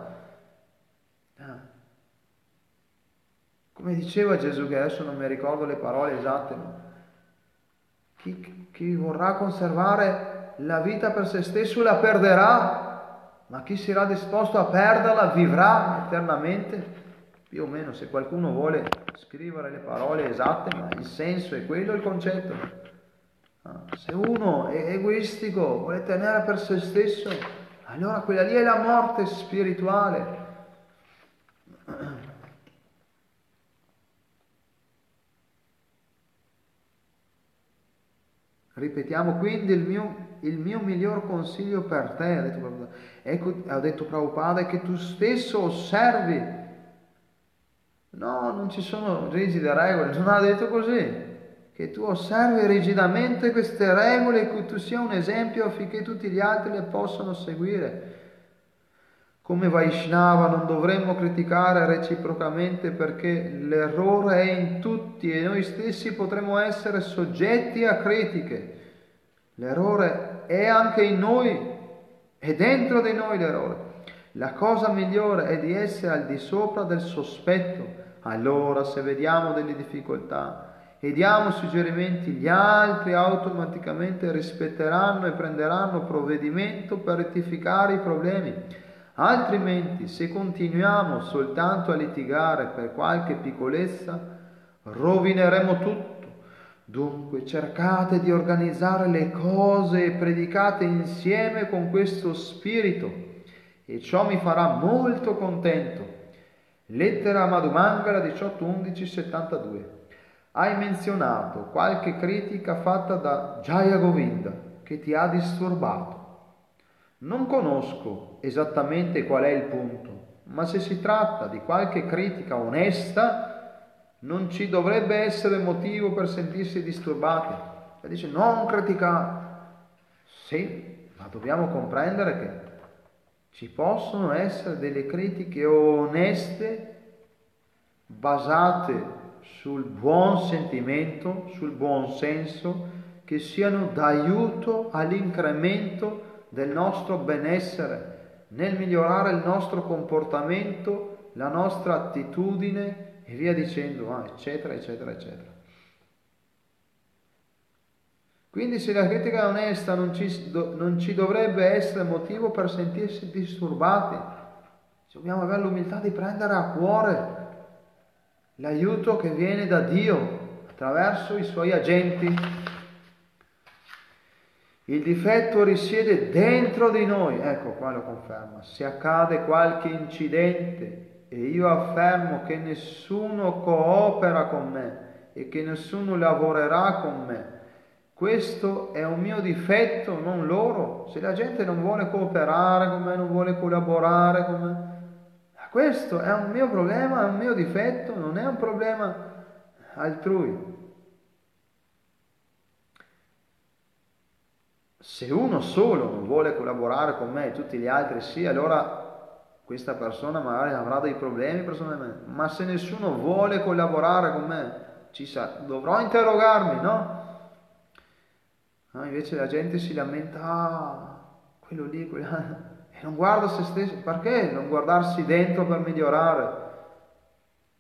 Speaker 1: Come diceva Gesù, che adesso non mi ricordo le parole esatte, ma chi, chi vorrà conservare la vita per se stesso la perderà, ma chi sarà disposto a perderla vivrà eternamente. Più o meno, se qualcuno vuole scrivere le parole esatte, ma il senso è quello, il concetto. Se uno è egoistico, vuole tenere per se stesso, allora quella lì è la morte spirituale. Ripetiamo quindi il mio, il mio miglior consiglio per te, ha detto, ecco, ha detto Prabhupada, è che tu stesso osservi. No, non ci sono rigide regole, non ha detto così. Che tu osservi rigidamente queste regole e che tu sia un esempio affinché tutti gli altri le possano seguire. Come Vaishnava non dovremmo criticare reciprocamente, perché l'errore è in tutti e noi stessi potremmo essere soggetti a critiche. L'errore è anche in noi, è dentro di noi l'errore. La cosa migliore è di essere al di sopra del sospetto. Allora, se vediamo delle difficoltà e diamo suggerimenti, gli altri automaticamente rispetteranno e prenderanno provvedimento per rettificare i problemi. Altrimenti, se continuiamo soltanto a litigare per qualche piccolezza, rovineremo tutto. Dunque cercate di organizzare le cose e predicate insieme con questo spirito, e ciò mi farà molto contento. Lettera a Madhumangala diciotto undici settantadue. Hai menzionato qualche critica fatta da Jaya Govinda che ti ha disturbato. Non conosco esattamente qual è il punto, ma se si tratta di qualche critica onesta, non ci dovrebbe essere motivo per sentirsi disturbati. E dice, non criticare. Sì, ma dobbiamo comprendere che ci possono essere delle critiche oneste basate sul buon sentimento, sul buon senso, che siano d'aiuto all'incremento del nostro benessere, nel migliorare il nostro comportamento, la nostra attitudine e via dicendo, ah, eccetera, eccetera, eccetera. Quindi se la critica è onesta non ci, do, non ci dovrebbe essere motivo per sentirsi disturbati. Dobbiamo avere l'umiltà di prendere a cuore l'aiuto che viene da Dio attraverso i suoi agenti. Il difetto risiede dentro di noi, ecco qua lo conferma. Se accade qualche incidente e io affermo che nessuno coopera con me e che nessuno lavorerà con me, questo è un mio difetto, non loro. Se la gente non vuole cooperare con me, non vuole collaborare con me, questo è un mio problema, è un mio difetto, non è un problema altrui. Se uno solo non vuole collaborare con me e tutti gli altri sì, allora questa persona magari avrà dei problemi personalmente, ma se nessuno vuole collaborare con me, ci sa, dovrò interrogarmi, no? No, invece la gente si lamenta, ah, quello lì, quello... e non guarda se stesso. Perché non guardarsi dentro per migliorare?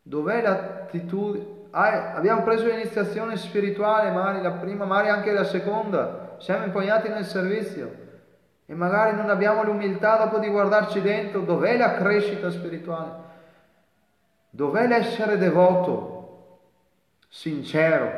Speaker 1: Dov'è l'attitudine? Ah, abbiamo preso l'iniziazione spirituale, magari la prima, magari anche la seconda, siamo impegnati nel servizio e magari non abbiamo l'umiltà dopo di guardarci dentro. Dov'è la crescita spirituale? Dov'è l'essere devoto, sincero?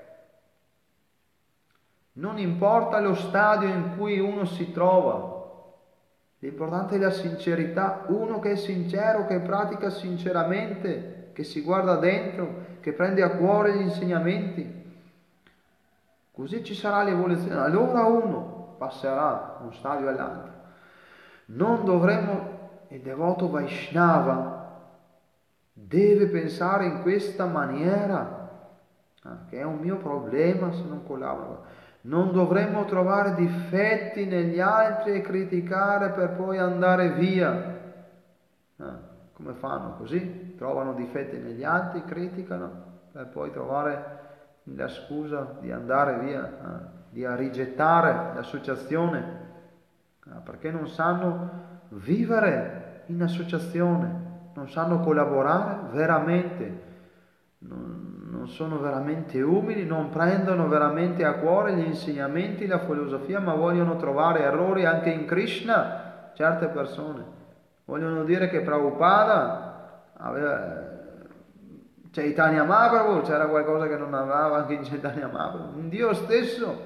Speaker 1: Non importa lo stadio in cui uno si trova, l'importante è la sincerità. Uno che è sincero, che pratica sinceramente, che si guarda dentro, che prende a cuore gli insegnamenti, così ci sarà l'evoluzione. Allora uno passerà da uno stadio all'altro. Non dovremmo, il devoto Vaishnava deve pensare in questa maniera, ah, che è un mio problema se non collaboro. Non dovremmo trovare difetti negli altri e criticare per poi andare via. Ah, come fanno così? Trovano difetti negli altri, criticano per poi trovare la scusa di andare via, ah, di rigettare l'associazione, ah, perché non sanno vivere in associazione, non sanno collaborare veramente, non, non sono veramente umili, non prendono veramente a cuore gli insegnamenti, la filosofia, ma vogliono trovare errori anche in Krishna. Certe persone vogliono dire che Prabhupada aveva, Chaitanya Mahaprabhu, c'era qualcosa che non aveva anche in Chaitanya Mahaprabhu, in Dio stesso.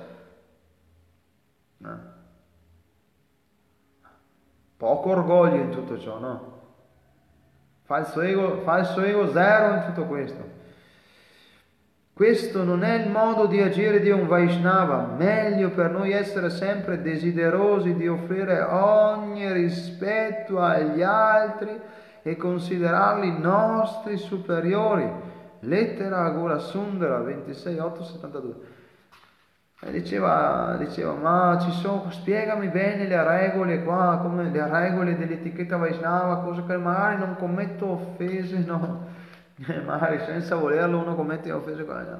Speaker 1: No. Poco orgoglio in tutto ciò, no? Falso ego, falso ego zero in tutto questo. Questo non è il modo di agire di un Vaishnava. Meglio per noi essere sempre desiderosi di offrire ogni rispetto agli altri e considerarli nostri superiori. Lettera a Gura Sundara ventisei otto settantadue. E diceva, diceva, ma ci sono, spiegami bene le regole qua, come le regole dell'etichetta Vaishnava, cosa che magari non commetto offese, no? Magari senza volerlo uno commette offese.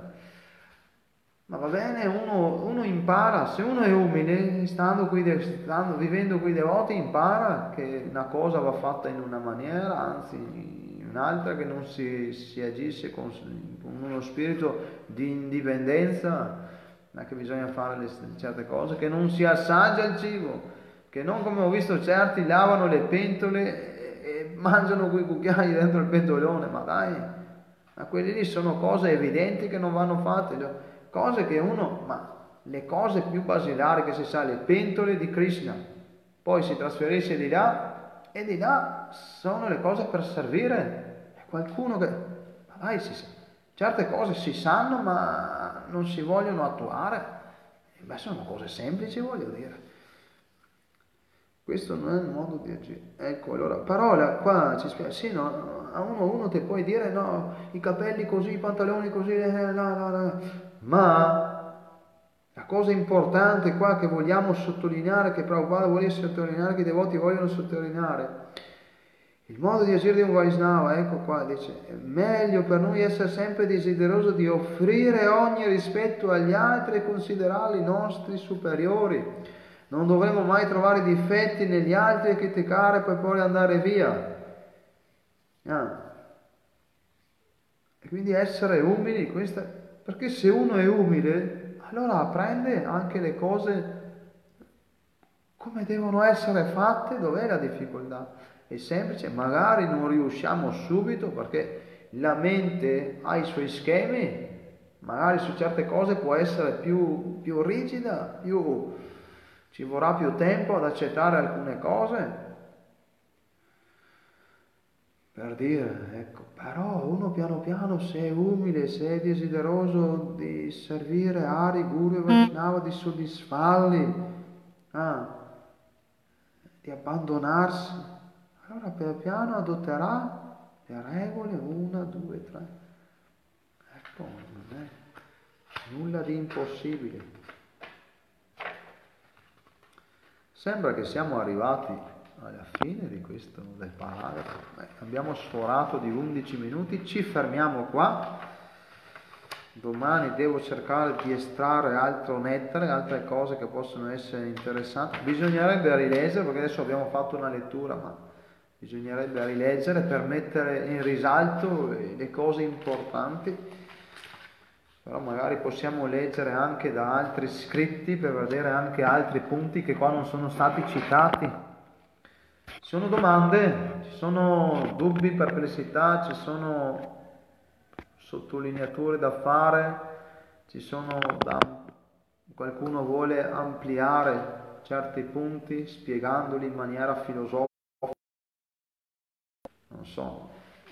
Speaker 1: Ma va bene, uno, uno impara, se uno è umile, stando qui, stando, vivendo qui devoti, impara che una cosa va fatta in una maniera, anzi in un'altra, che non si, si agisce con, con uno spirito di indipendenza, che bisogna fare le, certe cose, che non si assaggia il cibo, che non, come ho visto certi, lavano le pentole e mangiano quei cucchiai dentro il pentolone. Ma dai, ma quelli lì sono cose evidenti che non vanno fatte, cioè, cose che uno, ma le cose più basilari che si sa, le pentole di Krishna, poi si trasferisce di là e di là sono le cose per servire. È qualcuno che, ma dai, si sa, certe cose si sanno ma non si vogliono attuare. Beh, sono cose semplici, voglio dire. Questo non è il modo di agire. Ecco, allora, parola qua ci spiega, sì, no, a uno, uno ti puoi dire, no, i capelli così, i pantaloni così, eh, no, no, no. Ma la cosa importante qua che vogliamo sottolineare, che Prabhupada vuole sottolineare, che i devoti vogliono sottolineare, il modo di agire di un Vaishnava, ecco qua, dice, è meglio per noi essere sempre desideroso di offrire ogni rispetto agli altri e considerarli nostri superiori. Non dovremmo mai trovare difetti negli altri e criticare per poi andare via. Ah. E quindi essere umili, questa, perché se uno è umile, allora apprende anche le cose come devono essere fatte. Dov'è la difficoltà? È semplice, magari non riusciamo subito perché la mente ha i suoi schemi, magari su certe cose può essere più, più rigida, più, ci vorrà più tempo ad accettare alcune cose, per dire, ecco, però uno piano piano, se è umile, se è desideroso di servire Hari, Guru e Vaishnava, di soddisfarli, ah, di abbandonarsi, allora piano piano adotterà le regole, una, due, tre. Ecco, non è nulla di impossibile. Sembra che siamo arrivati alla fine di questo del paragrafo. Beh, abbiamo sforato di undici minuti, ci fermiamo qua. Domani devo cercare di estrarre altro nettare, altre cose che possono essere interessanti. Bisognerebbe rileggere, perché adesso abbiamo fatto una lettura, ma bisognerebbe rileggere per mettere in risalto le cose importanti, però magari possiamo leggere anche da altri scritti per vedere anche altri punti che qua non sono stati citati. Ci sono domande, ci sono dubbi, perplessità, ci sono sottolineature da fare, ci sono da... qualcuno vuole ampliare certi punti spiegandoli in maniera filosofica, non so,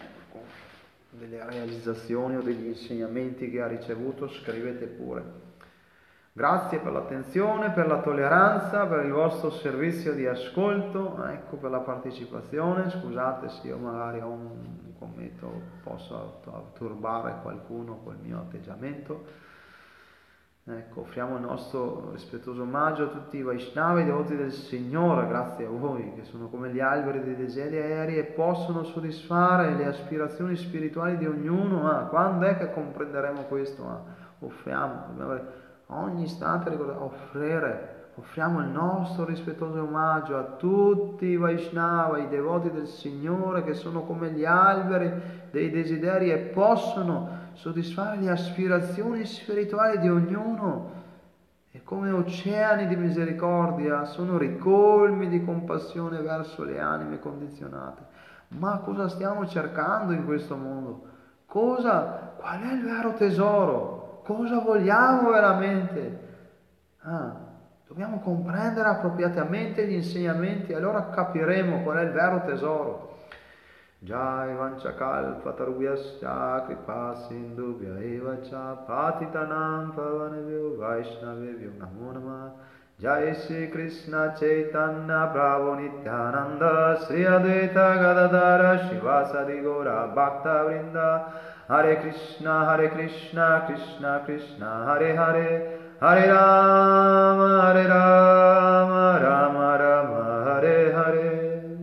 Speaker 1: delle realizzazioni o degli insegnamenti che ha ricevuto, scrivete pure. Grazie per l'attenzione, per la tolleranza, per il vostro servizio di ascolto, ecco, per la partecipazione. Scusate se io magari ho un commento, posso turbare qualcuno col mio atteggiamento. Ecco, offriamo il nostro rispettoso omaggio a tutti i Vaishnava, i devoti del Signore, grazie a voi, che sono come gli alberi dei desideri aerei e possono soddisfare le aspirazioni spirituali di ognuno. Ah, quando è che comprenderemo questo? Ah, offriamo, dobbiamo avere ogni istante ricordare, offrire, offriamo il nostro rispettoso omaggio a tutti i Vaishnava, i devoti del Signore, che sono come gli alberi dei desideri e possono soddisfare le aspirazioni spirituali di ognuno, e come oceani di misericordia sono ricolmi di compassione verso le anime condizionate. Ma cosa stiamo cercando in questo mondo? Cosa? Qual è il vero tesoro? Cosa vogliamo veramente? Ah, dobbiamo comprendere appropriatamente gli insegnamenti, allora capiremo qual è il vero tesoro. Jai Vanchakalpa Tarubhyascha Kripa Sindhubhya Eva Cha Patitanam Pavanebhyo Vaishnavebhyo Namo Namah. Jai Shri Krishna Chaitanya Prabhu Nityananda Sri Advaita Gadadhara Shivasadi Gaura Bhakta Vrinda. Hare Krishna Hare Krishna Krishna Krishna Hare Hare Hare Rama Hare Rama Rama Rama Hare Hare.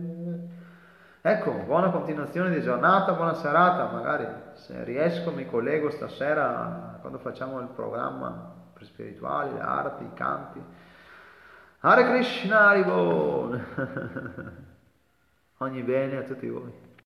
Speaker 1: Ecco, buona continuazione di giornata, buona serata, magari se riesco mi collego stasera quando facciamo il programma per spirituali, le arti, i canti. Hare Krishna Haribol! Ogni bene a tutti voi.